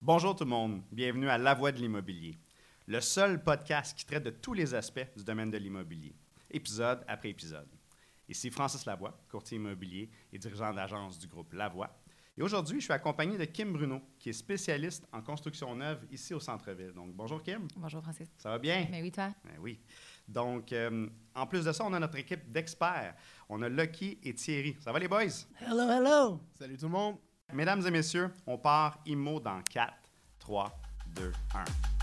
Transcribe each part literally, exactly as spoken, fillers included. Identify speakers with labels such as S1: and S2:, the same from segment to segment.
S1: Bonjour tout le monde, bienvenue à La Voix de l'immobilier, le seul podcast qui traite de tous les aspects du domaine de l'immobilier, épisode après épisode. Ici Francis Lavoie, courtier immobilier et dirigeant d'agence du groupe Lavoie. Et aujourd'hui, je suis accompagné de Kim Bruno, qui est spécialiste en construction neuve ici au centre-ville. Donc, bonjour Kim.
S2: Bonjour Francis.
S1: Ça va bien?
S2: Mais oui, toi?
S1: Ben oui. Donc, euh, en plus de ça, on a notre équipe d'experts. On a Lucky et Thierry. Ça va les boys?
S3: Hello, hello!
S4: Salut tout le monde!
S1: Mesdames et messieurs, on part immo dans quatre, trois, deux, un.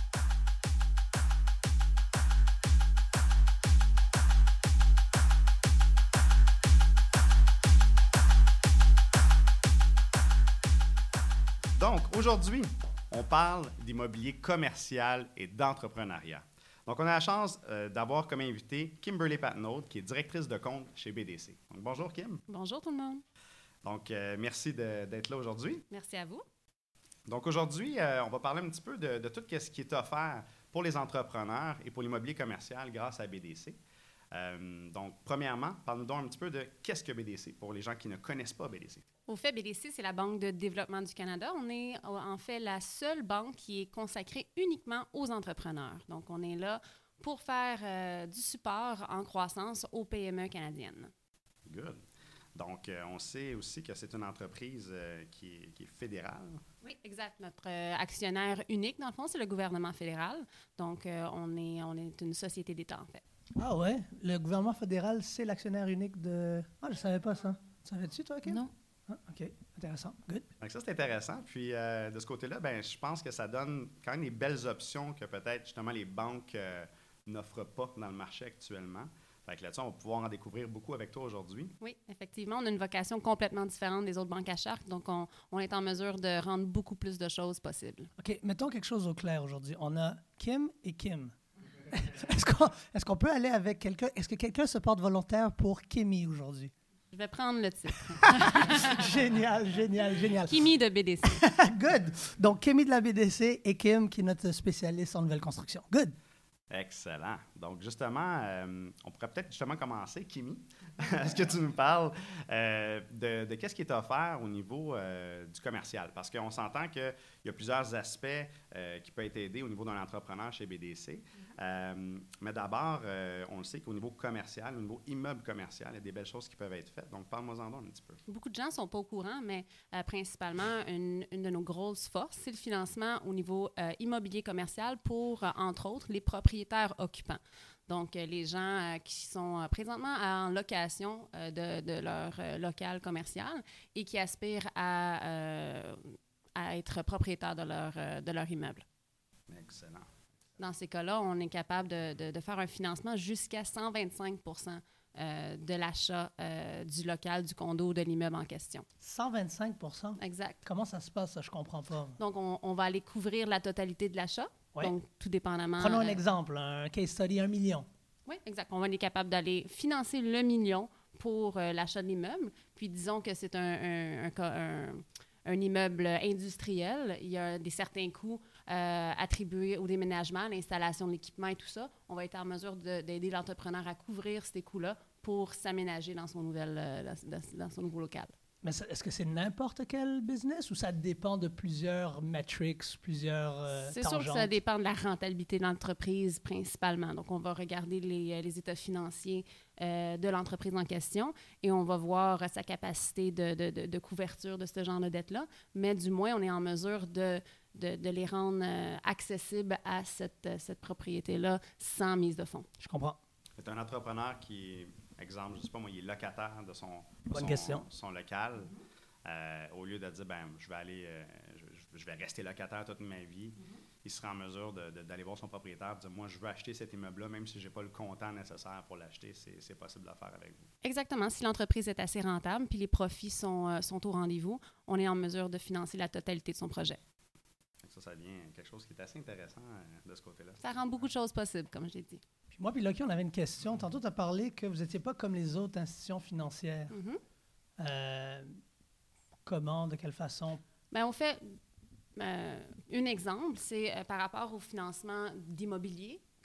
S1: Donc, aujourd'hui, on parle d'immobilier commercial et d'entrepreneuriat. Donc, on a la chance euh, d'avoir comme invité Kimberly Patnaud, qui est directrice de compte chez B D C. Donc, bonjour Kim.
S2: Bonjour tout le monde.
S1: Donc, euh, merci de- d'être là aujourd'hui.
S2: Merci à vous.
S1: Donc, aujourd'hui, euh, on va parler un petit peu de, de tout ce qui est offert pour les entrepreneurs et pour l'immobilier commercial grâce à B D C. Euh, donc, premièrement, parle-nous donc un petit peu de qu'est-ce que B D C pour les gens qui ne connaissent pas B D C.
S2: Au fait, B D C, c'est la Banque de développement du Canada. On est en fait la seule banque qui est consacrée uniquement aux entrepreneurs. Donc, on est là pour faire euh, du support en croissance aux P M E canadiennes.
S1: Good. Donc, euh, on sait aussi que c'est une entreprise euh, qui, est, qui est fédérale.
S2: Oui, exact. Notre euh, actionnaire unique, dans le fond, c'est le gouvernement fédéral. Donc, euh, on est, on est une société d'État, en fait.
S3: Ah ouais? Le gouvernement fédéral, c'est l'actionnaire unique de... Ah, je savais pas ça. Tu savais-tu, toi, Kim?
S2: Non.
S3: Ah, OK. Intéressant. Good.
S1: Donc, ça, c'est intéressant. Puis, euh, de ce côté-là, ben, je pense que ça donne quand même des belles options que peut-être, justement, les banques euh, n'offrent pas dans le marché actuellement. Fait que là-dessus, on va pouvoir en découvrir beaucoup avec toi aujourd'hui.
S2: Oui, effectivement, on a une vocation complètement différente des autres banques à charte. Donc, on, on est en mesure de rendre beaucoup plus de choses possibles.
S3: OK. Mettons quelque chose au clair aujourd'hui. On a Kim et Kim. Est-ce qu'on est-ce qu'on peut aller avec quelqu'un? Est-ce que quelqu'un se porte volontaire pour Kimi aujourd'hui?
S2: Je vais prendre le titre.
S3: Génial, génial, génial.
S2: Kimi de B D C.
S3: Good. Donc, Kimi de la B D C et Kim, qui est notre spécialiste en nouvelle construction. Good.
S1: Excellent. Donc, justement, euh, on pourrait peut-être justement commencer, Kimi. Est-ce que tu nous parles euh, de, de qu'est-ce qui est offert au niveau euh, du commercial? Parce qu'on s'entend qu'il y a plusieurs aspects euh, qui peuvent t'aider au niveau d'un entrepreneur chez B D C. Mm-hmm. euh, mais d'abord, euh, on le sait qu'au niveau commercial, au niveau immeuble commercial, il y a des belles choses qui peuvent être faites. Donc, parle-moi-en donc un petit peu.
S2: Beaucoup de gens ne sont pas au courant, mais euh, principalement, une, une de nos grosses forces, c'est le financement au niveau euh, immobilier commercial pour, euh, entre autres, les propriétaires occupants. Donc, euh, les gens euh, qui sont euh, présentement en location euh, de, de leur euh, local commercial et qui aspirent à, euh, à être propriétaires de leur, euh, de leur immeuble.
S1: Excellent.
S2: Dans ces cas-là, on est capable de, de, de faire un financement jusqu'à cent vingt-cinq pour cent euh, de l'achat euh, du local, du condo, de l'immeuble en question.
S3: cent vingt-cinq pour cent?
S2: Exact.
S3: Comment ça se passe, ça? Je comprends pas.
S2: Donc, on, on va aller couvrir la totalité de l'achat.
S3: Ouais.
S2: Donc, tout dépendamment...
S3: Prenons un
S2: euh,
S3: exemple, un case study, un million.
S2: Oui, exact. On va être capable d'aller financer le million pour euh, l'achat de l'immeuble. Puis, disons que c'est un, un, un, un, un immeuble industriel. Il y a des certains coûts euh, attribués au déménagement, l'installation de l'équipement et tout ça. On va être en mesure de, d'aider l'entrepreneur à couvrir ces coûts-là pour s'aménager dans son, nouvelle, euh, dans, dans son nouveau local.
S3: Mais ça, est-ce que c'est n'importe quel business ou ça dépend de plusieurs metrics, plusieurs euh,
S2: C'est
S3: tangentes?
S2: sûr que ça dépend de la rentabilité de l'entreprise principalement. Donc, on va regarder les, les états financiers euh, de l'entreprise en question et on va voir sa capacité de, de, de, de couverture de ce genre de dette-là. Mais du moins, on est en mesure de, de, de les rendre euh, accessibles à cette, cette propriété-là sans mise de fonds.
S3: Je comprends.
S1: C'est un entrepreneur qui, exemple, je ne sais pas moi, il est locataire de son,
S3: Bonne
S1: son,
S3: question.
S1: son local. Euh, au lieu de dire, ben, je vais aller, euh, je, je vais rester locataire toute ma vie, mm-hmm. il sera en mesure de, de, d'aller voir son propriétaire et de dire, moi, je veux acheter cet immeuble-là, même si je n'ai pas le comptant nécessaire pour l'acheter, c'est, c'est possible de le faire avec vous.
S2: Exactement. Si l'entreprise est assez rentable puis les profits sont, euh, sont au rendez-vous, on est en mesure de financer la totalité de son projet.
S1: Ça, ça devient quelque chose qui est assez intéressant euh, de ce côté-là.
S2: Ça rend beaucoup de choses possibles, comme je l'ai dit.
S3: Puis moi puis Lucky, on avait une question. Tantôt, tu as parlé que vous n'étiez pas comme les autres institutions financières.
S2: Mm-hmm.
S3: Euh, comment, de quelle façon?
S2: Bien, on fait euh, un exemple, c'est euh, par rapport au financement d'immobilier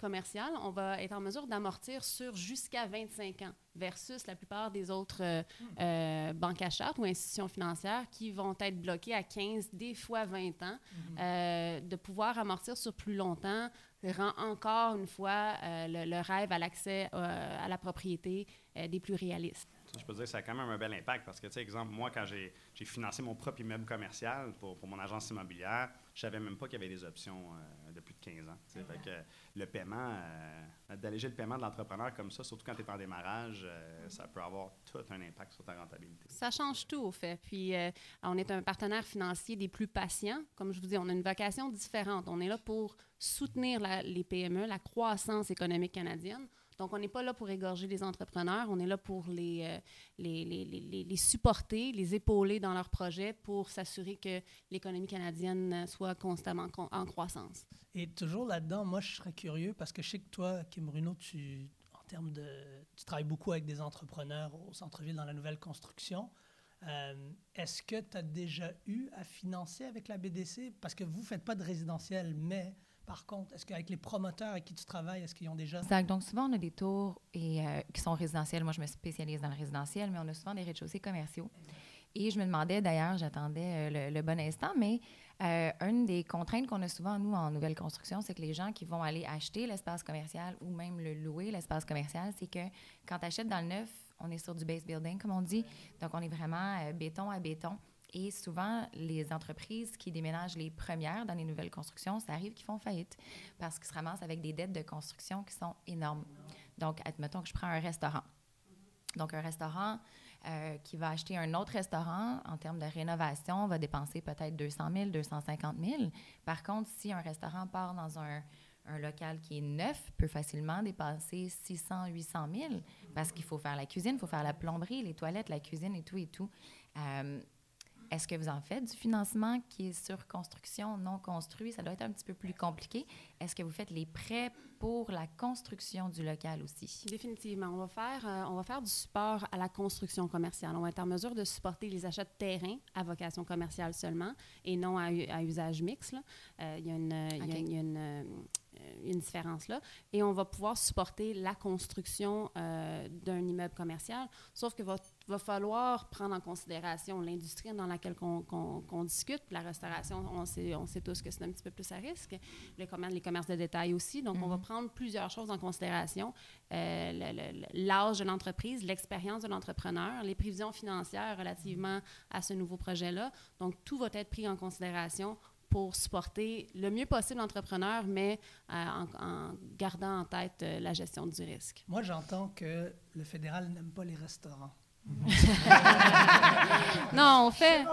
S2: commercial, on va être en mesure d'amortir sur jusqu'à vingt-cinq ans versus la plupart des autres euh, euh, banques à charte ou institutions financières qui vont être bloquées à quinze, des fois vingt ans. Mm-hmm. euh, de pouvoir amortir sur plus longtemps rend encore une fois euh, le, le rêve à l'accès euh, à la propriété euh, des plus réalistes.
S1: Je peux dire que ça a quand même un bel impact parce que, tu sais, exemple, moi, quand j'ai, j'ai financé mon propre immeuble commercial pour, pour mon agence immobilière, je ne savais même pas qu'il y avait des options euh, de plus de quinze ans. Okay. Fait que le paiement, euh, d'alléger le paiement de l'entrepreneur comme ça, surtout quand tu es en démarrage, euh, ça peut avoir tout un impact sur ta rentabilité.
S2: Ça change tout, au fait. Puis, euh, on est un partenaire financier des plus patients. Comme je vous dis, on a une vocation différente. On est là pour soutenir la, les P M E, la croissance économique canadienne. Donc, on n'est pas là pour égorger les entrepreneurs, on est là pour les, euh, les, les, les, les supporter, les épauler dans leurs projets pour s'assurer que l'économie canadienne soit constamment con- en croissance.
S3: Et toujours là-dedans, moi, je serais curieux parce que je sais que toi, Kim Bruno, tu, en termes de, tu travailles beaucoup avec des entrepreneurs au centre-ville dans la nouvelle construction. Euh, est-ce que tu as déjà eu à financer avec la B D C? Parce que vous ne faites pas de résidentiel, mais... Par contre, est-ce qu'avec les promoteurs avec qui tu travailles, est-ce qu'ils ont déjà...
S4: Exact. Donc, souvent, on a des tours et, euh, qui sont résidentiels. Moi, je me spécialise dans le résidentiel, mais on a souvent des rez-de-chaussée commerciaux. Et je me demandais, d'ailleurs, j'attendais euh, le, le bon instant, mais euh, une des contraintes qu'on a souvent, nous, en nouvelle construction, c'est que les gens qui vont aller acheter l'espace commercial ou même le louer, l'espace commercial, c'est que quand tu achètes dans le neuf, on est sur du base building, comme on dit. Donc, on est vraiment euh, béton à béton. Et souvent, les entreprises qui déménagent les premières dans les nouvelles constructions, ça arrive qu'ils font faillite parce qu'ils se ramassent avec des dettes de construction qui sont énormes. Donc, admettons que je prends un restaurant. Donc, un restaurant euh, qui va acheter un autre restaurant en termes de rénovation va dépenser peut-être deux cent mille, deux cent cinquante mille. Par contre, si un restaurant part dans un, un local qui est neuf, peut facilement dépasser six cents, huit cent mille parce qu'il faut faire la cuisine, il faut faire la plomberie, les toilettes, la cuisine et tout et tout. Euh, Est-ce que vous en faites du financement qui est sur construction, non construit? Ça doit être un petit peu plus compliqué. Est-ce que vous faites les prêts pour la construction du local aussi?
S2: Définitivement. On va faire, euh, on va faire du support à la construction commerciale. On va être en mesure de supporter les achats de terrain à vocation commerciale seulement et non à, à usage mixte. Euh, il y a une, okay. il y a, il y a une, euh, une différence là. Et on va pouvoir supporter la construction euh, d'un immeuble commercial, sauf que va va falloir prendre en considération l'industrie dans laquelle on, qu'on, qu'on discute. La restauration, on sait, on sait tous que c'est un petit peu plus à risque. Les commerces, les commerces de détail aussi. Donc, mm-hmm. on va prendre plusieurs choses en considération. Euh, le, le, l'âge de l'entreprise, l'expérience de l'entrepreneur, les prévisions financières relativement à ce nouveau projet-là. Donc, tout va être pris en considération pour supporter le mieux possible l'entrepreneur, mais euh, en, en gardant en tête euh, la gestion du risque.
S3: Moi, j'entends que le fédéral n'aime pas les restaurants.
S2: Non, on fait...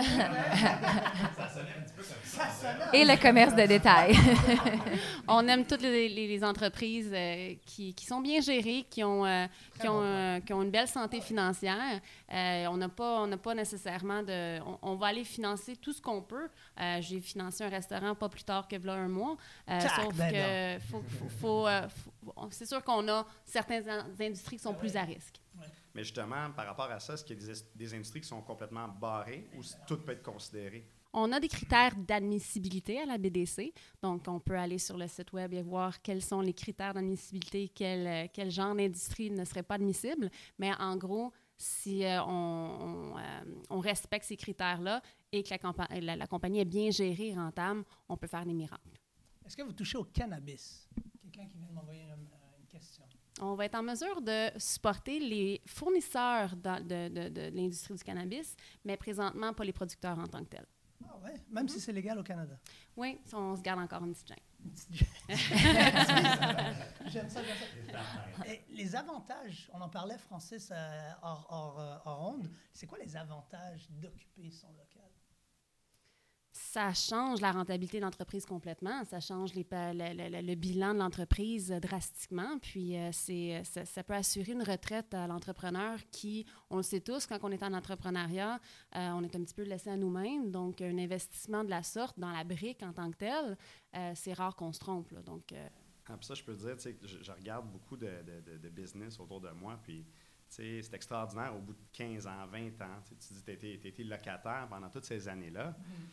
S4: Et le commerce de détail.
S2: On aime toutes les, les, les entreprises euh, qui, qui sont bien gérées, qui ont, euh, qui ont, euh, qui ont une belle santé financière. Euh, on n'a pas, on n'a pas nécessairement de... On, on va aller financer tout ce qu'on peut. Euh, j'ai financé un restaurant pas plus tard que là un mois. Euh, sauf que faut, faut, faut, euh, faut, c'est sûr qu'on a certaines industries qui sont plus à risque.
S3: Ouais.
S1: Mais justement, par rapport à ça, est-ce qu'il y a des, des industries qui sont complètement barrées ou tout peut être considéré?
S2: On a des critères d'admissibilité à la B D C. Donc, on peut aller sur le site web et voir quels sont les critères d'admissibilité, quel, quel genre d'industrie ne serait pas admissible. Mais en gros, si euh, on, on, euh, on respecte ces critères-là et que la, compa- la, la compagnie est bien gérée et rentable, on peut faire des miracles.
S3: Est-ce que vous touchez au cannabis? Quelqu'un qui vient de m'envoyer une, une question.
S2: On va être en mesure de supporter les fournisseurs de, de, de, de l'industrie du cannabis, mais présentement, pas les producteurs en tant que tels.
S3: Ah ouais? Même mm-hmm. si c'est légal au Canada?
S2: Oui, on se garde encore une petite gêne.
S3: Une petite gêne. J'aime ça, j'aime ça. Et les avantages, on en parlait, Francis, euh, hors, hors, hors onde. C'est quoi les avantages d'occuper son local?
S2: Ça change la rentabilité de l'entreprise complètement. Ça change les, le, le, le bilan de l'entreprise drastiquement. Puis, euh, c'est, ça, ça peut assurer une retraite à l'entrepreneur qui, on le sait tous, quand on est en entrepreneuriat, euh, on est un petit peu laissé à nous-mêmes. Donc, un investissement de la sorte dans la brique en tant que tel, euh, c'est rare qu'on se trompe. Là. Donc, euh...
S1: ah, puis ça, je peux dire, tu sais, je, je regarde beaucoup de, de, de business autour de moi, puis tu sais, c'est extraordinaire. Au bout de quinze ans, vingt ans, tu dis que tu as été locataire pendant toutes ces années-là. Mm-hmm.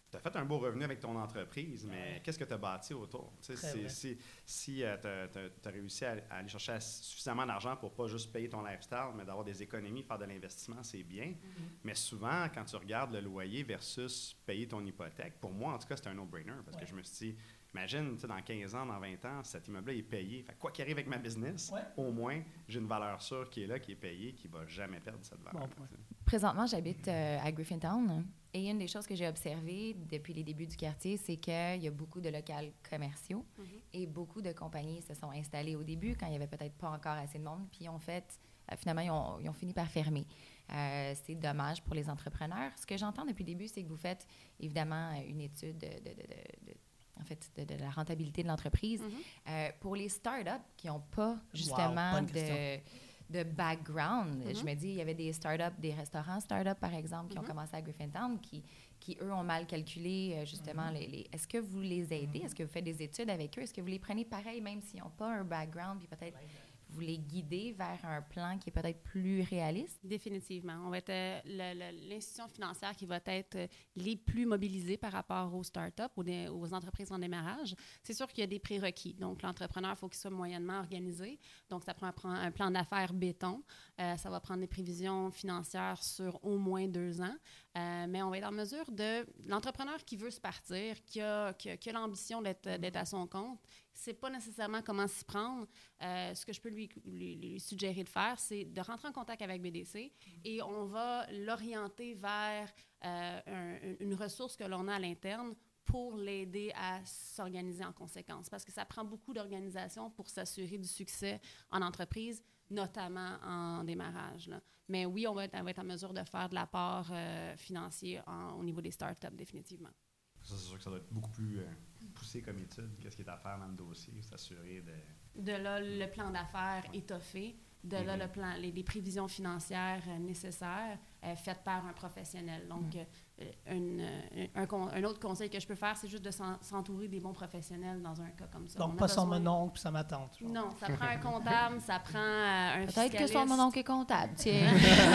S1: tu as fait un beau revenu avec ton entreprise, mais ouais. qu'est-ce que tu as bâti autour? Si, si, si euh, tu as réussi à, à aller chercher suffisamment d'argent pour pas juste payer ton lifestyle, mais d'avoir des économies, faire de l'investissement, c'est bien. Mm-hmm. Mais souvent, quand tu regardes le loyer versus payer ton hypothèque, pour moi, en tout cas, c'est un no-brainer parce ouais. que je me suis dit, imagine, dans quinze ans, dans vingt ans, cet immeuble-là est payé. Fait, quoi qu'il arrive avec ma business, ouais. au moins, j'ai une valeur sûre qui est là, qui est payée, qui ne va jamais perdre cette valeur. Bon,
S4: présentement, j'habite euh, à Griffintown. Et une des choses que j'ai observées depuis les débuts du quartier, c'est qu'il y a beaucoup de locaux commerciaux mm-hmm. et beaucoup de compagnies se sont installées au début quand il n'y avait peut-être pas encore assez de monde. Puis, en fait, euh, finalement, ils ont, ils ont fini par fermer. Euh, c'est dommage pour les entrepreneurs. Ce que j'entends depuis le début, c'est que vous faites évidemment une étude de, de, de, de, de en fait, de, de la rentabilité de l'entreprise. Mm-hmm. Euh, pour les startups qui n'ont pas justement wow, de, de background, mm-hmm. je me dis, il y avait des startups, des restaurants startups, par exemple, qui mm-hmm. ont commencé à Griffintown, qui, qui, eux, ont mal calculé justement mm-hmm. les, les... Est-ce que vous les aidez? Mm-hmm. Est-ce que vous faites des études avec eux? Est-ce que vous les prenez pareil, même s'ils n'ont pas un background, puis peut-être... vous les guider vers un plan qui est peut-être plus réaliste?
S2: Définitivement. On va être euh, le, le, l'institution financière qui va être euh, les plus mobilisées par rapport aux startups, aux, dé, aux entreprises en démarrage. C'est sûr qu'il y a des prérequis. Donc, l'entrepreneur, il faut qu'il soit moyennement organisé. Donc, ça prend un, un plan d'affaires béton. Euh, ça va prendre des prévisions financières sur au moins deux ans. Euh, mais on va être en mesure de... L'entrepreneur qui veut se partir, qui a, qui a, qui a l'ambition d'être, d'être à son compte, ne sait pas nécessairement comment s'y prendre. Euh, ce que je peux lui, lui, lui suggérer de faire, c'est de rentrer en contact avec B D C et on va l'orienter vers euh, un, une ressource que l'on a à l'interne pour l'aider à s'organiser en conséquence. Parce que ça prend beaucoup d'organisation pour s'assurer du succès en entreprise, notamment en démarrage, là. Mais oui, on va être, on va être en mesure de faire de l'apport euh, financier en, au niveau des startups, définitivement.
S1: Ça, c'est sûr que ça doit être beaucoup plus euh, poussé comme étude. Qu'est-ce qui est à faire dans le dossier? S'assurer de...
S2: De là, le plan d'affaires ouais. étoffé. De mm-hmm. là, le plan, les, les prévisions financières euh, nécessaires euh, faites par un professionnel. Donc, mm. euh, une, un, un, un autre conseil que je peux faire, c'est juste de s'en, s'entourer des bons professionnels dans un cas comme ça.
S3: Donc, on pas son mononcle puis sa ma tante. Genre.
S2: Non, ça prend un comptable, ça prend euh, un
S4: Peut-être
S2: fiscaliste.
S4: que son mononcle est comptable, tiens.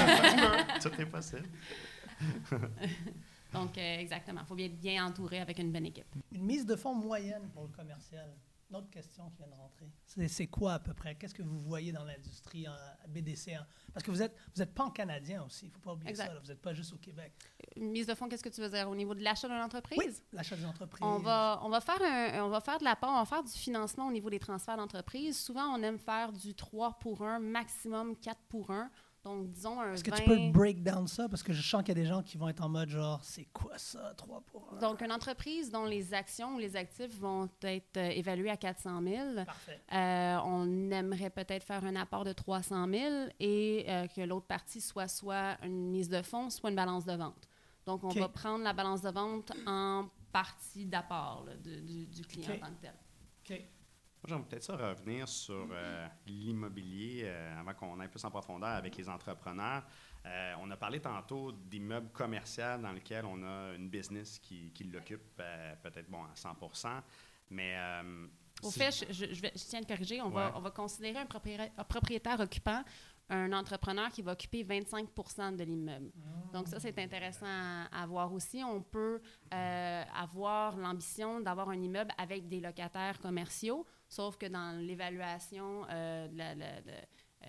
S1: Tout est possible.
S2: Donc, euh, exactement. Il faut bien être bien entouré avec une bonne équipe.
S3: Une mise de fonds moyenne pour le commercial. Une autre question qui vient de rentrer. C'est, c'est quoi à peu près? Qu'est-ce que vous voyez dans l'industrie en B D C? En, parce que vous n'êtes vous êtes pas en canadien aussi. Il ne faut pas oublier exact. ça. Là. Vous n'êtes pas juste au Québec.
S2: Une mise de fonds, qu'est-ce que tu veux dire? Au niveau de l'achat d'une entreprise?
S3: Oui, l'achat d'une entreprise.
S2: On va, on va, faire un, on va faire de l'apport, on va faire du financement au niveau des transferts d'entreprise. Souvent, on aime faire du trois pour un, maximum quatre pour un. Donc, disons un
S3: Est-ce que
S2: vingt...
S3: tu peux break down ça? Parce que je sens qu'il y a des gens qui vont être en mode genre, c'est quoi ça, trois pour un?
S2: Donc, une entreprise dont les actions ou les actifs vont être euh, évalués à quatre cent mille.
S3: Parfait.
S2: Euh, on aimerait peut-être faire un apport de trois cent mille et euh, que l'autre partie soit soit une mise de fonds, soit une balance de vente. Donc, on okay. va prendre la balance de vente en partie d'apport là, de, du, du client okay. en tant que tel.
S3: OK.
S1: Moi, j'aimerais peut-être ça revenir sur euh, l'immobilier euh, avant qu'on aille plus en profondeur avec les entrepreneurs. Euh, on a parlé tantôt d'immeubles commerciaux dans lesquels on a une business qui, qui l'occupe euh, peut-être bon, à cent pour cent. Mais, euh,
S2: Au si fait, je, je, je, vais, je tiens à le corriger. On, ouais. va, on va considérer un propriétaire, un propriétaire occupant un entrepreneur qui va occuper vingt-cinq pour cent de l'immeuble. Mmh. Donc ça, c'est intéressant à, à voir aussi. On peut euh, avoir l'ambition d'avoir un immeuble avec des locataires commerciaux, sauf que dans l'évaluation euh, de, la, la, de, euh,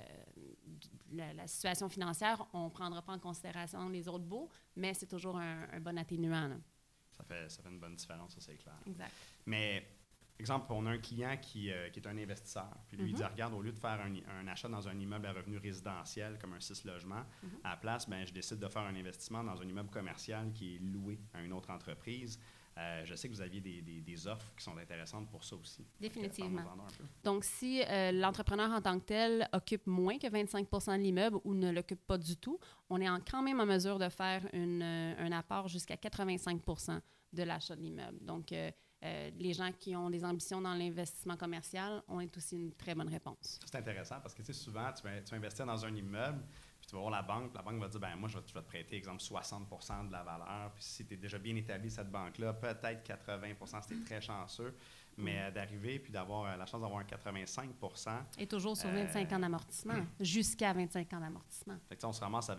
S2: de la, la situation financière, on ne prendra pas en considération les autres baux, mais c'est toujours un, un bon atténuant. Là.
S1: Ça fait, ça fait une bonne différence, ça, c'est clair.
S2: Exact.
S1: Mais... Exemple, on a un client qui, euh, qui est un investisseur. Puis lui, mm-hmm. il dit, regarde, au lieu de faire un, un achat dans un immeuble à revenu résidentiel, comme un six logements, mm-hmm. à la place, ben, je décide de faire un investissement dans un immeuble commercial qui est loué à une autre entreprise. Euh, je sais que vous aviez des, des, des offres qui sont intéressantes pour ça aussi.
S2: Définitivement. Donc, si euh, l'entrepreneur en tant que tel occupe moins que vingt-cinq pour cent de l'immeuble ou ne l'occupe pas du tout, on est en, quand même en mesure de faire une, euh, un apport jusqu'à quatre-vingt-cinq pour cent de l'achat de l'immeuble. Donc, euh, Euh, les gens qui ont des ambitions dans l'investissement commercial ont aussi une très bonne réponse.
S1: C'est intéressant parce que tu sais, souvent, tu vas, tu vas investir dans un immeuble, puis tu vas voir la banque, la banque va te dire, ben moi, je vais, je vais te prêter, exemple, soixante pour cent de la valeur, puis si tu es déjà bien établi, cette banque-là, peut-être quatre-vingts pour cent si tu es très chanceux, mais euh, d'arriver puis d'avoir euh, la chance d'avoir un quatre-vingt-cinq pour cent.
S2: Et toujours sur vingt-cinq euh, ans d'amortissement, jusqu'à vingt-cinq ans d'amortissement.
S1: Fait que on se ramasse avec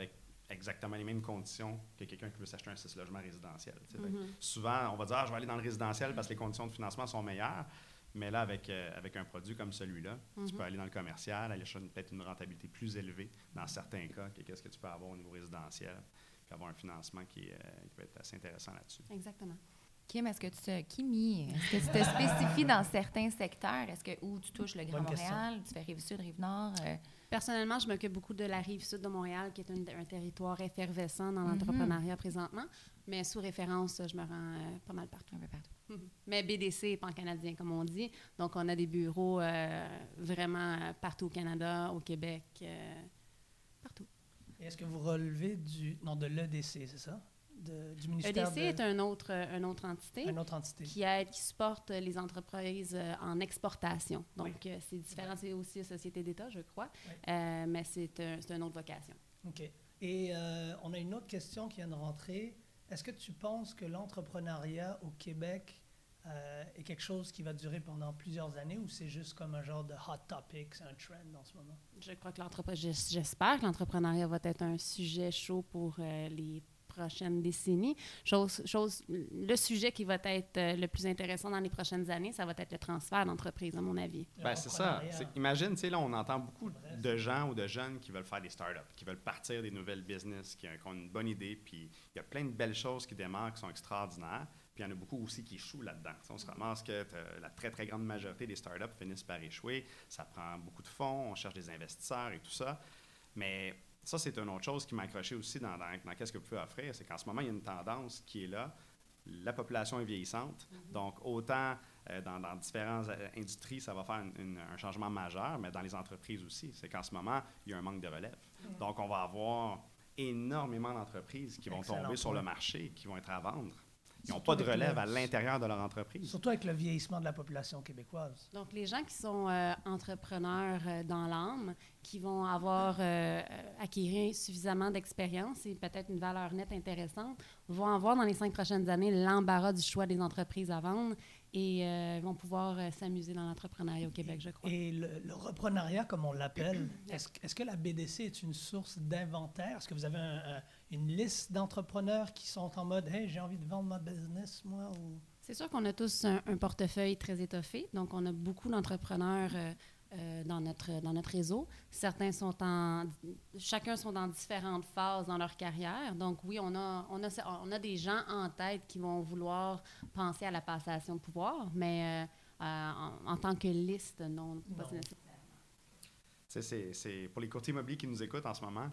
S1: exactement les mêmes conditions que quelqu'un qui veut s'acheter un six logements résidentiel.
S2: Mm-hmm.
S1: Souvent, on va dire ah, « je vais aller dans le résidentiel parce que les conditions de financement sont meilleures ». Mais là, avec, euh, avec un produit comme celui-là, mm-hmm. tu peux aller dans le commercial, aller chercher peut-être une rentabilité plus élevée dans certains cas que qu'est-ce que tu peux avoir au niveau résidentiel, puis avoir un financement qui, euh, qui peut être assez intéressant là-dessus.
S2: Exactement.
S4: Kim, est-ce que tu te, Kimi, est-ce que tu te spécifies dans certains secteurs? Est-ce que où tu touches le Grand Bonne Montréal, question. Tu fais Rive-Sud, Rive-Nord? Euh...
S2: Personnellement, je m'occupe beaucoup de la Rive-Sud de Montréal, qui est un, un territoire effervescent dans l'entrepreneuriat mm-hmm. présentement. Mais sous référence, je me rends euh, pas mal partout.
S4: Un peu partout.
S2: Mm-hmm. Mais B D C est pan-canadien, comme on dit. Donc, on a des bureaux euh, vraiment partout au Canada, au Québec, euh, partout.
S3: Et est-ce que vous relevez du nom de l'E D C, c'est ça? De, du ministère
S2: E D C
S3: de...
S2: est un autre, euh, une autre entité,
S3: une autre entité
S2: qui aide, qui supporte les entreprises euh, en exportation. Donc, oui. euh, c'est différent. Ouais. C'est aussi une société d'État, je crois, oui. euh, mais c'est, un, c'est une autre vocation.
S3: OK. Et euh, on a une autre question qui vient de rentrer. Est-ce que tu penses que l'entrepreneuriat au Québec euh, est quelque chose qui va durer pendant plusieurs années ou c'est juste comme un genre de hot topic, c'est un trend en ce moment?
S2: Je crois que l'entrepreneuriat, j'espère que l'entrepreneuriat va être un sujet chaud pour euh, les prochaines décennies. Chose, chose, le sujet qui va être euh, le plus intéressant dans les prochaines années, ça va être le transfert d'entreprise, à mon avis.
S1: Ben, c'est ça. C'est, imagine, tu sais, là, on entend beaucoup de gens ou de jeunes qui veulent faire des startups, qui veulent partir des nouvelles business, qui, qui ont une bonne idée, puis il y a plein de belles choses qui démarrent, qui sont extraordinaires, puis il y en a beaucoup aussi qui échouent là-dedans. T'sais, on se ramasse que la très, très grande majorité des startups finissent par échouer. Ça prend beaucoup de fonds, on cherche des investisseurs et tout ça. Mais ça, c'est une autre chose qui m'a accroché aussi dans, dans, dans qu'est-ce que vous pouvez offrir. C'est qu'en ce moment, il y a une tendance qui est là. La population est vieillissante. Mm-hmm. Donc, autant euh, dans, dans différentes euh, industries, ça va faire une, une, un changement majeur, mais dans les entreprises aussi. C'est qu'en ce moment, il y a un manque de relève. Mm-hmm. Donc, on va avoir énormément d'entreprises qui vont Excellent tomber point. sur le marché, qui vont être à vendre. Ils n'ont pas de relève le, à l'intérieur de leur entreprise.
S3: Surtout avec le vieillissement de la population québécoise.
S2: Donc, les gens qui sont euh, entrepreneurs euh, dans l'âme, qui vont avoir euh, acquis suffisamment d'expérience et peut-être une valeur nette intéressante, vont avoir dans les cinq prochaines années l'embarras du choix des entreprises à vendre et euh, vont pouvoir euh, s'amuser dans l'entrepreneuriat au Québec, je crois.
S3: Et le, le reprenariat, comme on l'appelle, est-ce, est-ce que la B D C est une source d'inventaire? Est-ce que vous avez un, un, une liste d'entrepreneurs qui sont en mode « Hey, j'ai envie de vendre ma business, moi? » ou...
S2: C'est sûr qu'on a tous un, un portefeuille très étoffé. Donc, on a beaucoup d'entrepreneurs euh, euh, dans, notre, dans notre réseau. Certains sont en... Chacun sont dans différentes phases dans leur carrière. Donc, oui, on a, on a, on a des gens en tête qui vont vouloir penser à la passation de pouvoir, mais euh, euh, en, en tant que liste, non, pas nécessairement.
S1: C'est, c'est, c'est pour les courtiers immobiliers qui nous écoutent en ce moment,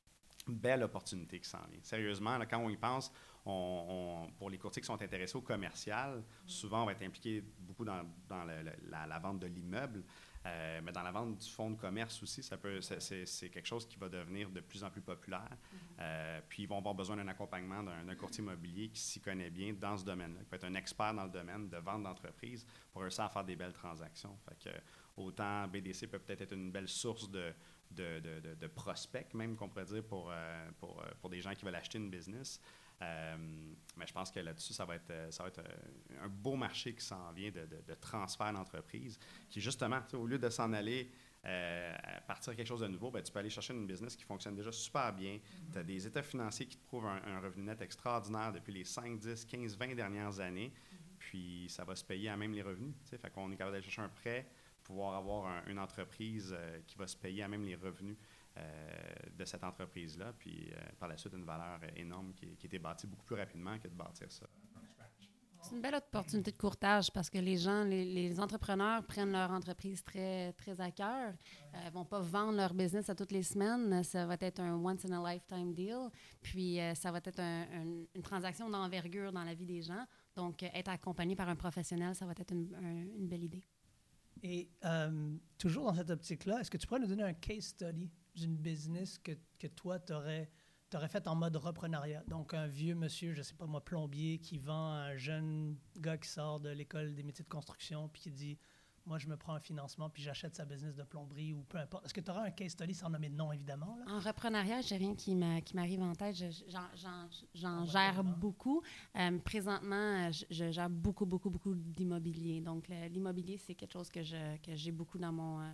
S1: belle opportunité qui s'en vient. Sérieusement, là, quand on y pense, on, on, pour les courtiers qui sont intéressés au commercial, souvent on va être impliqué beaucoup dans, dans le, le, la, la vente de l'immeuble, euh, mais dans la vente du fonds de commerce aussi, ça peut, c'est, c'est, c'est quelque chose qui va devenir de plus en plus populaire. Mm-hmm. Euh, puis ils vont avoir besoin d'un accompagnement d'un, d'un courtier immobilier qui s'y connaît bien dans ce domaine-là, qui peut être un expert dans le domaine de vente d'entreprise pour réussir à faire des belles transactions. Fait que, autant B D C peut peut-être être une belle source de De, de, de, de prospects, même qu'on pourrait dire, pour, euh, pour, euh, pour des gens qui veulent acheter une business. Euh, mais je pense que là-dessus, ça va être, ça va être un beau marché qui s'en vient de, de, de transfert d'entreprise, qui justement, au lieu de s'en aller euh, partir quelque chose de nouveau, ben, tu peux aller chercher une business qui fonctionne déjà super bien. Mm-hmm. Tu as des états financiers qui te prouvent un, un revenu net extraordinaire depuis les cinq, dix, quinze, vingt dernières années, mm-hmm. puis ça va se payer à même les revenus. T'sais. Fait qu'on est capable d'aller chercher un prêt, pouvoir avoir un, une entreprise euh, qui va se payer à même les revenus euh, de cette entreprise-là, puis euh, par la suite, une valeur énorme qui, qui a été bâtie beaucoup plus rapidement que de bâtir ça.
S2: C'est une belle opportunité de courtage parce que les gens, les, les entrepreneurs prennent leur entreprise très, très à cœur. Ils ne vont pas vendre leur business à toutes les semaines. Ça va être un once-in-a-lifetime deal. Puis, euh, ça va être un, un, une transaction d'envergure dans la vie des gens. Donc, euh, être accompagné par un professionnel, ça va être une, un, une belle idée.
S3: Et euh, toujours dans cette optique-là, est-ce que tu pourrais nous donner un case study d'une business que, que toi, tu aurais fait en mode reprenariat? Donc, un vieux monsieur, je ne sais pas moi, plombier, qui vend à un jeune gars qui sort de l'école des métiers de construction puis qui dit « Moi, je me prends un financement puis j'achète sa business de plomberie » ou peu importe. Est-ce que tu aurais un case study sans nommer de nom, évidemment? Là?
S2: En reprenariat, je n'ai rien qui, m'a, qui m'arrive en tête. Je, j'en j'en, j'en gère beaucoup. Euh, présentement, je, je gère beaucoup, beaucoup, beaucoup d'immobilier. Donc, le, l'immobilier, c'est quelque chose que, je, que j'ai beaucoup dans mon, euh,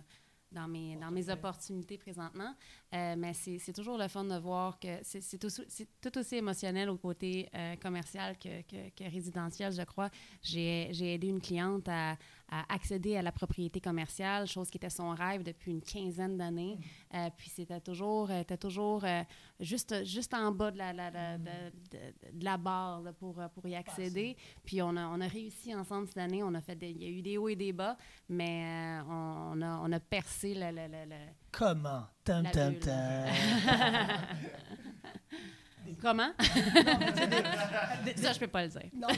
S2: dans mes, dans mes opportunités présentement. Euh, mais c'est, c'est toujours le fun de voir que c'est, c'est, aussi, c'est tout aussi émotionnel au côté euh, commercial que, que, que résidentiel, je crois. J'ai, j'ai aidé une cliente à, à accéder à la propriété commerciale, chose qui était son rêve depuis une quinzaine d'années. Euh, puis c'était toujours, était toujours euh, juste, juste en bas de la, la, la, de, de, de la barre là, pour, pour y accéder. Puis on a, on a réussi ensemble cette année. On a fait des, il y a eu des hauts et des bas, mais euh, on, on, a, on a percé le... le, le, le
S3: Comment? Tam, tam, tam.
S2: Comment?
S3: Non, mais tu sais, des- des-
S2: Ça, je peux pas le dire.
S3: Non,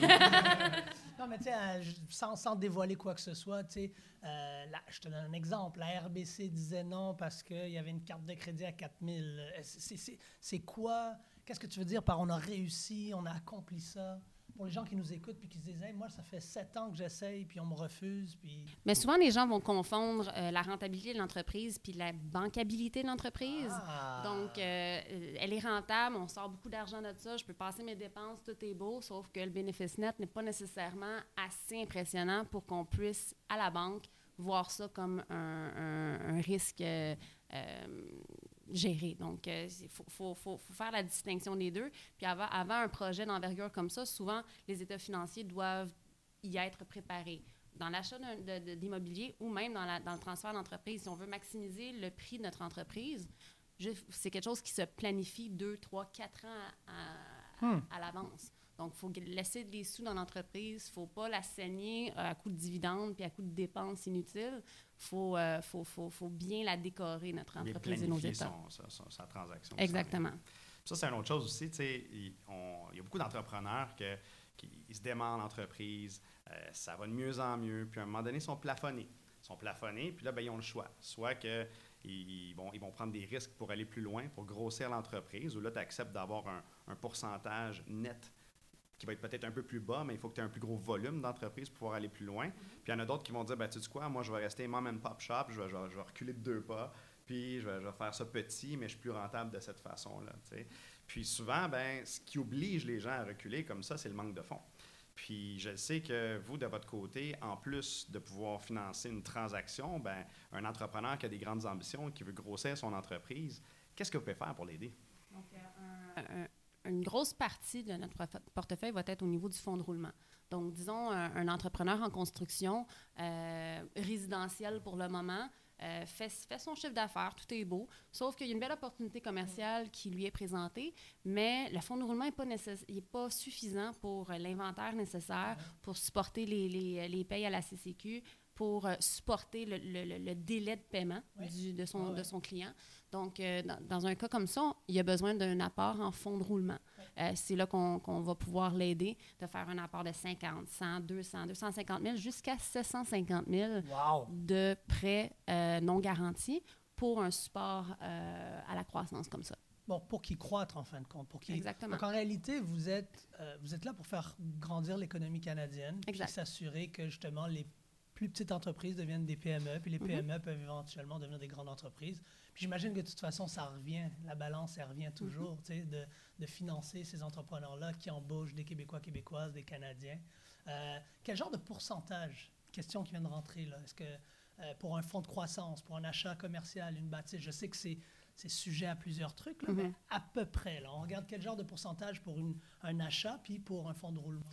S3: non, mais tu sais, euh, je- sans, sans dévoiler quoi que ce soit, tu sais, euh, là, je te donne un exemple. La R B C disait non parce qu'il y avait une carte de crédit à quatre mille. Euh, C'est, c'est, c'est quoi? Qu'est-ce que tu veux dire par on a réussi, on a accompli ça? Pour les gens qui nous écoutent puis qui se disent, hey, moi, ça fait sept ans que j'essaye puis on me refuse. Puis...
S2: Mais souvent, les gens vont confondre euh, la rentabilité de l'entreprise puis la bancabilité de l'entreprise.
S3: Ah.
S2: Donc, euh, elle est rentable, on sort beaucoup d'argent de ça, je peux passer mes dépenses, tout est beau, sauf que le bénéfice net n'est pas nécessairement assez impressionnant pour qu'on puisse, à la banque, voir ça comme un, un, un risque euh, euh, géré. Donc, il faut, faut, faut, faut faire la distinction des deux. Puis avant, avant un projet d'envergure comme ça, souvent, les états financiers doivent y être préparés. Dans l'achat d'un, de, de, d'immobilier ou même dans, la, dans le transfert d'entreprise, si on veut maximiser le prix de notre entreprise, je, c'est quelque chose qui se planifie deux, trois, quatre ans à, à,
S3: Hmm.
S2: à l'avance. Donc, il faut laisser des sous dans l'entreprise. Il ne faut pas la saigner à coup de dividendes puis à coup de dépenses inutiles. Il faut, euh, faut, faut, faut bien la décorer, notre
S1: Bien
S2: entreprise et nos
S1: planifier
S2: états.
S1: son- sa, sa- sa transaction.
S2: Exactement.
S1: Ça, c'est une autre chose aussi. Tu sais, il, on- il y a beaucoup d'entrepreneurs que, qui ils se démarrent l'entreprise, euh, ça va de mieux en mieux, puis à un moment donné, ils sont plafonnés. Ils sont plafonnés, puis là, ben, ils ont le choix. Soit qu'ils ils vont, ils vont prendre des risques pour aller plus loin, pour grossir l'entreprise, ou là, tu acceptes d'avoir un, un pourcentage net qui va être peut-être un peu plus bas, mais il faut que tu aies un plus gros volume d'entreprise pour pouvoir aller plus loin. Puis il y en a d'autres qui vont dire, ben, tu sais quoi, moi, je vais rester mom and pop shop, je vais, je vais, je vais reculer de deux pas, puis je vais, je vais faire ça petit, mais je suis plus rentable de cette façon-là. Tu sais. Puis souvent, ben, ce qui oblige les gens à reculer comme ça, c'est le manque de fonds. Puis je sais que vous, de votre côté, en plus de pouvoir financer une transaction, ben, un entrepreneur qui a des grandes ambitions, qui veut grossir son entreprise, qu'est-ce que vous pouvez faire pour l'aider?
S2: Donc, euh, un- un- une grosse partie de notre porte- portefeuille va être au niveau du fonds de roulement. Donc, disons, un, un entrepreneur en construction euh, résidentielle pour le moment euh, fait, fait son chiffre d'affaires, tout est beau, sauf qu'il y a une belle opportunité commerciale qui lui est présentée, mais le fonds de roulement n'est pas, nécess- il est pas suffisant pour euh, l'inventaire nécessaire, pour supporter les, les, les payes à la C C Q, pour euh, supporter le, le, le délai de paiement
S3: Oui.
S2: du, de, son,
S3: Ah ouais.
S2: de son client. Donc, euh, dans, dans un cas comme ça, il y a besoin d'un apport en fonds de roulement. Euh, c'est là qu'on, qu'on va pouvoir l'aider de faire un apport de cinquante, cent, deux cents, deux cent cinquante mille jusqu'à sept cent cinquante mille
S3: Wow!
S2: de prêts euh, non garantis pour un support euh, à la croissance comme ça.
S3: Bon, pour qu'ils croître, en fin de compte. Pour qu'ils...
S2: Exactement.
S3: Donc, en réalité, vous êtes, euh, vous êtes là pour faire grandir l'économie canadienne,
S2: Exact.
S3: puis s'assurer que, justement, les plus petites entreprises deviennent des P M E, puis les P M E peuvent éventuellement devenir des grandes entreprises. Puis j'imagine que, de toute façon, ça revient, la balance, elle revient toujours, tu sais, de, de financer ces entrepreneurs-là qui embauchent des Québécois, Québécoises, des Canadiens. Euh, quel genre de pourcentage, question qui vient de rentrer, là, est-ce que euh, pour un fonds de croissance, pour un achat commercial, une bâtisse, je sais que c'est c'est sujet à plusieurs trucs, là,
S2: Mhm.
S3: mais à peu près, là, on regarde quel genre de pourcentage pour une, un achat, puis pour un fonds de roulement.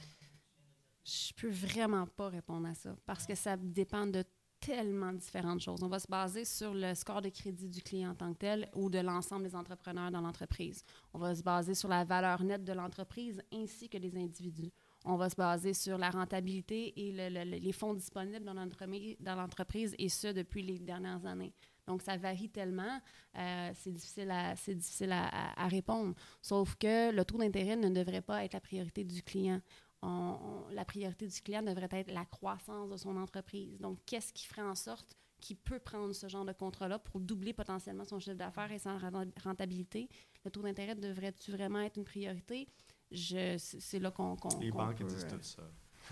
S2: Je peux vraiment pas répondre à ça parce que ça dépend de tellement différentes choses. On va se baser sur le score de crédit du client en tant que tel ou de l'ensemble des entrepreneurs dans l'entreprise. On va se baser sur la valeur nette de l'entreprise ainsi que des individus. On va se baser sur la rentabilité et le, le, les fonds disponibles dans l'entreprise, dans l'entreprise et ce, depuis les dernières années. Donc, ça varie tellement, euh, c'est difficile, à, c'est difficile à, à, à répondre. Sauf que le taux d'intérêt ne devrait pas être la priorité du client. On, on, la priorité du client devrait être la croissance de son entreprise. Donc, qu'est-ce qui ferait en sorte qu'il peut prendre ce genre de contrat-là pour doubler potentiellement son chiffre d'affaires et sa rentabilité? Le taux d'intérêt devrait-tu vraiment être une priorité? Je, c'est là qu'on, qu'on
S1: Les
S2: qu'on
S1: banques
S2: peut,
S1: disent
S2: euh,
S1: tout ça.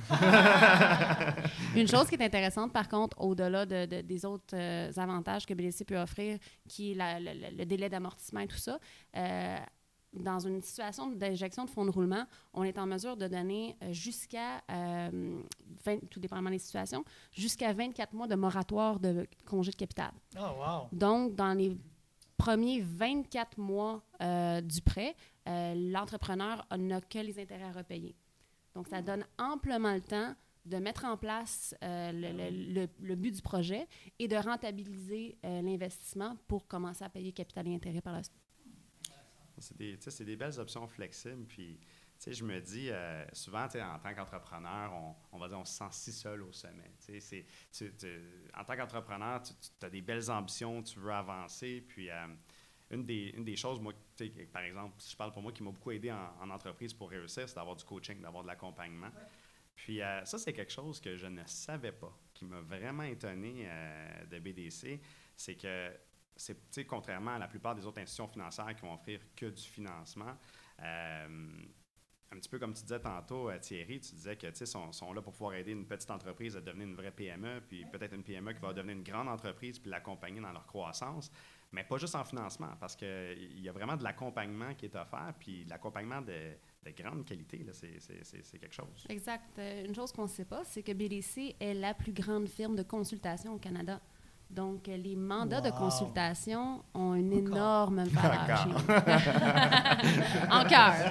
S2: Une chose qui est intéressante, par contre, au-delà de, de, des autres euh, avantages que B D C peut offrir, qui est la, le, le délai d'amortissement et tout ça, euh, dans une situation d'injection de fonds de roulement, on est en mesure de donner euh, jusqu'à, euh, vingt, tout dépendamment des situations, jusqu'à vingt-quatre mois de moratoire de congé de capital.
S3: Oh, wow!
S2: Donc, dans les premiers vingt-quatre mois euh, du prêt, euh, l'entrepreneur n'a que les intérêts à repayer. Donc, ça donne amplement le temps de mettre en place euh, le, le, le, le but du projet et de rentabiliser euh, l'investissement pour commencer à payer capital et intérêt par la suite.
S1: C'est des, c'est des belles options flexibles. Puis, je me dis, euh, souvent, en tant qu'entrepreneur, on, on va dire on se sent si seul au sommet. C'est, tu, tu, en tant qu'entrepreneur, tu, tu as des belles ambitions, tu veux avancer. Puis, euh, une, des, une des choses, moi, par exemple, si je parle pour moi, qui m'a beaucoup aidé en, en entreprise pour réussir, c'est d'avoir du coaching, d'avoir de l'accompagnement. Ouais. Puis, euh, ça, c'est quelque chose que je ne savais pas, qui m'a vraiment étonné euh, de B D C. C'est que, c'est, contrairement à la plupart des autres institutions financières qui vont offrir que du financement, euh, un petit peu comme tu disais tantôt, euh, Thierry, tu disais que, tu sais, sont, sont là pour pouvoir aider une petite entreprise à devenir une vraie P M E, puis peut-être une P M E qui va devenir une grande entreprise, puis l'accompagner dans leur croissance, mais pas juste en financement, parce qu'il y a vraiment de l'accompagnement qui est offert, puis de l'accompagnement de, de grande qualité, là, c'est, c'est, c'est, c'est quelque chose.
S2: Exact. Une chose qu'on ne sait pas, c'est que B D C est la plus grande firme de consultation au Canada. Donc, les mandats wow. de consultation ont une Encore. énorme valeur chez nous. En cœur.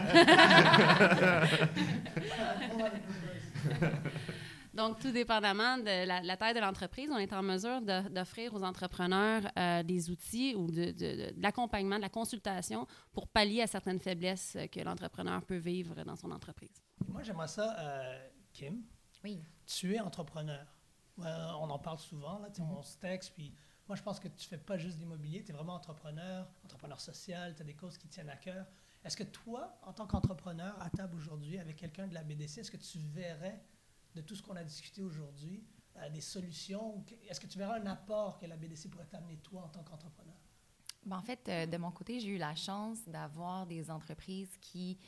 S2: Donc, tout dépendamment de la, la taille de l'entreprise, on est en mesure de, d'offrir aux entrepreneurs euh, des outils ou de, de, de, de l'accompagnement, de la consultation pour pallier à certaines faiblesses que l'entrepreneur peut vivre dans son entreprise.
S3: Moi, j'aimerais ça, euh, Kim.
S4: Oui.
S3: Tu es entrepreneur. Euh, on en parle souvent, là, mm-hmm. on se texte, puis moi, je pense que tu ne fais pas juste de l'immobilier, tu es vraiment entrepreneur, entrepreneur social, tu as des causes qui tiennent à cœur. Est-ce que toi, en tant qu'entrepreneur, à table aujourd'hui, avec quelqu'un de la B D C, est-ce que tu verrais, de tout ce qu'on a discuté aujourd'hui, euh, des solutions? Est-ce que tu verrais un apport que la B D C pourrait t'amener, toi, en tant qu'entrepreneur?
S4: Ben, en fait, euh, de mon côté, j'ai eu la chance d'avoir des entreprises qui,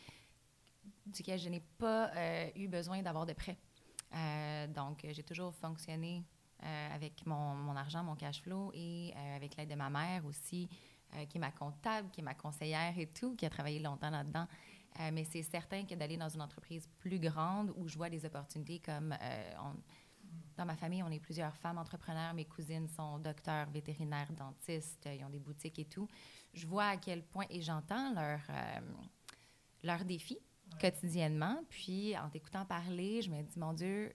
S4: duquel je n'ai pas euh, eu besoin d'avoir de prêts. Euh, donc, j'ai toujours fonctionné euh, avec mon, mon argent, mon cash flow et euh, avec l'aide de ma mère aussi, euh, qui est ma comptable, qui est ma conseillère et tout, qui a travaillé longtemps là-dedans. Euh, mais c'est certain que d'aller dans une entreprise plus grande où je vois des opportunités comme... Euh, on, dans ma famille, on est plusieurs femmes entrepreneurs. Mes cousines sont docteurs, vétérinaires, dentistes, ils ont des boutiques et tout. Je vois à quel point, et j'entends leurs euh, leur défis quotidiennement. Puis, en t'écoutant parler, je me dis, mon Dieu,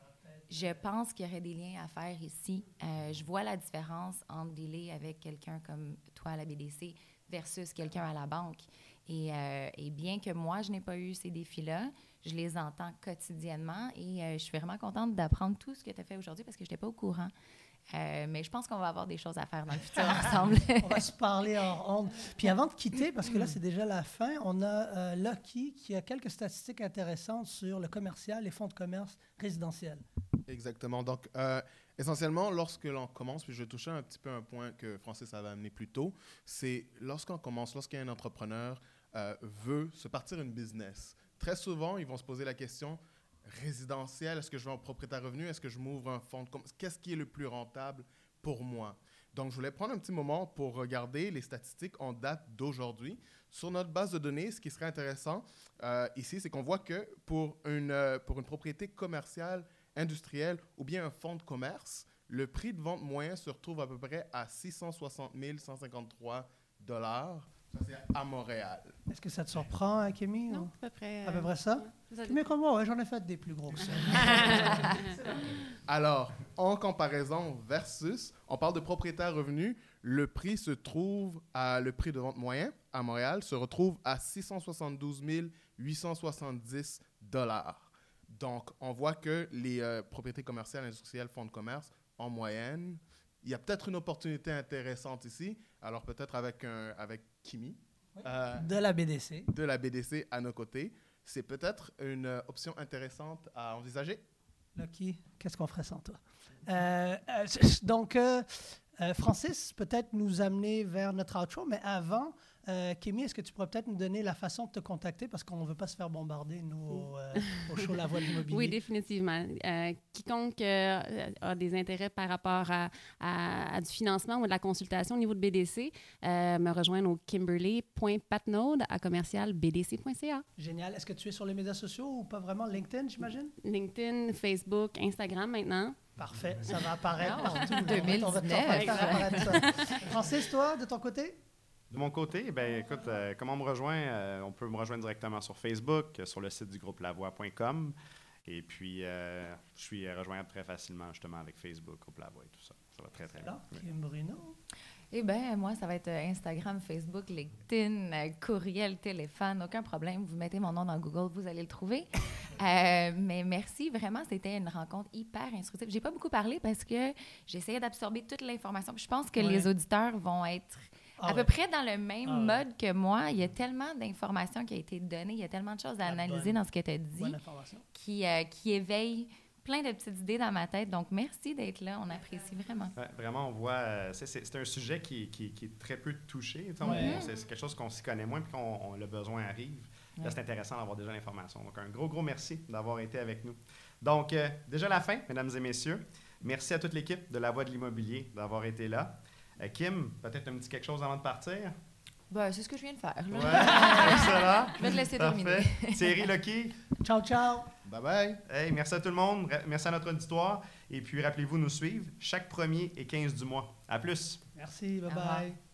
S4: je pense qu'il y aurait des liens à faire ici. Euh, je vois la différence entre dealer avec quelqu'un comme toi à la B D C versus quelqu'un à la banque. Et, euh, et bien que moi, je n'ai pas eu ces défis-là, je les entends quotidiennement et euh, je suis vraiment contente d'apprendre tout ce que tu as fait aujourd'hui parce que je n'étais pas au courant. Euh, mais je pense qu'on va avoir des choses à faire dans le futur ensemble.
S3: On va se parler en ondes. Puis avant de quitter, parce que là, c'est déjà la fin, on a euh, Lucky qui a quelques statistiques intéressantes sur le commercial, les fonds de commerce résidentiels.
S5: Exactement. Donc, euh, essentiellement, lorsque l'on commence, puis je vais toucher un petit peu un point que Francis avait amené plus tôt, c'est lorsqu'on commence, lorsqu'un entrepreneur euh, veut se partir une business, très souvent, ils vont se poser la question... résidentiel, est-ce que je vais en propriétaire revenu, est-ce que je m'ouvre un fonds de commerce, qu'est-ce qui est le plus rentable pour moi? Donc, je voulais prendre un petit moment pour regarder les statistiques en date d'aujourd'hui. Sur notre base de données, ce qui serait intéressant euh, ici, c'est qu'on voit que pour une, euh, pour une propriété commerciale, industrielle ou bien un fonds de commerce, le prix de vente moyen se retrouve à peu près à six cent soixante mille cent cinquante-trois dollars. Ça, c'est à Montréal.
S3: Est-ce que ça te surprend, Kémy?
S2: Non,
S3: ou?
S2: à peu près.
S3: À peu près ça?
S2: Ouais,
S3: Mais comme moi, ouais, j'en ai fait des plus gros que ça.
S5: Alors, en comparaison versus, on parle de propriétaire revenu, le prix se trouve à, le prix de vente moyen à Montréal se retrouve à six cent soixante-douze mille huit cent soixante-dix dollars. Donc, on voit que les euh, propriétés commerciales, industrielles, fonds de commerce, en moyenne, il y a peut-être une opportunité intéressante ici. Alors, peut-être avec, un, avec Kimi.
S3: Oui.
S5: Euh,
S3: de la B D C.
S5: De la B D C à nos côtés. C'est peut-être une euh, option intéressante à envisager.
S3: Lucky, qu'est-ce qu'on ferait sans toi? Euh, euh, donc, euh, euh, Francis, peut-être nous amener vers notre outro, mais avant, Euh, Kémy, est-ce que tu pourrais peut-être nous donner la façon de te contacter parce qu'on ne veut pas se faire bombarder, nous, au, euh, au show La Voix de l'immobilier?
S2: Oui, définitivement. Euh, quiconque euh, a des intérêts par rapport à, à, à du financement ou de la consultation au niveau de B D C, euh, me rejoindre au kimberly point patnaud à commercial b d c point c a.
S3: Génial. Est-ce que tu es sur les médias sociaux ou pas vraiment? LinkedIn, j'imagine?
S2: LinkedIn, Facebook, Instagram maintenant.
S3: Parfait. Ça va apparaître
S4: Oh,
S3: partout.
S4: deux mille
S3: On va- on va-
S4: dix-neuf.
S3: on va faire apparaître ça. Francis, toi, de ton côté?
S1: De mon côté, ben écoute, euh, comment on me rejoint? Euh, on peut me rejoindre directement sur Facebook, euh, sur le site du groupe lavoie point com. Et puis, euh, je suis rejoignable très facilement, justement, avec Facebook, groupe Lavoie et tout ça. Ça va très, très bien.
S3: Alors, Kim Bruno?
S4: Eh bien, moi, ça va être euh, Instagram, Facebook, LinkedIn, euh, courriel, téléphone, aucun problème. Vous mettez mon nom dans Google, vous allez le trouver. Euh, mais merci, vraiment, c'était une rencontre hyper instructive. J'ai pas beaucoup parlé parce que j'essayais d'absorber toute l'information. Puis je pense que
S3: Ouais.
S4: les auditeurs vont être
S3: Ah
S4: à
S3: ouais.
S4: peu près dans le même
S3: Ah ouais.
S4: mode que moi. Il y a tellement d'informations qui ont été données, il y a tellement de choses à
S3: La
S4: analyser
S3: bonne-
S4: dans ce que tu as dit
S3: Bonne information.
S4: qui, euh, qui éveillent plein de petites idées dans ma tête. Donc, merci d'être là. On apprécie vraiment.
S1: Ouais, vraiment, on voit. euh, c'est, c'est, c'est un sujet qui, qui, qui est très peu touché. tu sais, on-
S3: Ouais.
S1: on- c'est, c'est quelque chose qu'on s'y connaît moins puis qu'on on- le besoin arrive. Là,
S4: Ouais.
S1: c'est intéressant d'avoir déjà l'information. Donc, un gros, gros merci d'avoir été avec nous. Donc, euh, déjà la fin, mesdames et messieurs. Merci à toute l'équipe de La Voix de l'immobilier d'avoir été là. Euh, Kim, peut-être un petit quelque chose avant de partir?
S4: Ben, c'est ce que je viens de faire. là.
S1: Ouais, excellent.
S4: Je vais te laisser terminer.
S1: Parfait. Thierry Loki,
S3: Ciao, ciao.
S5: Bye bye.
S1: hey, merci à tout le monde. Ra- Merci à notre auditoire. Et puis, rappelez-vous, nous suivre chaque premier et quinze du mois. À plus.
S3: Merci.
S4: Au revoir.
S3: Bye-bye.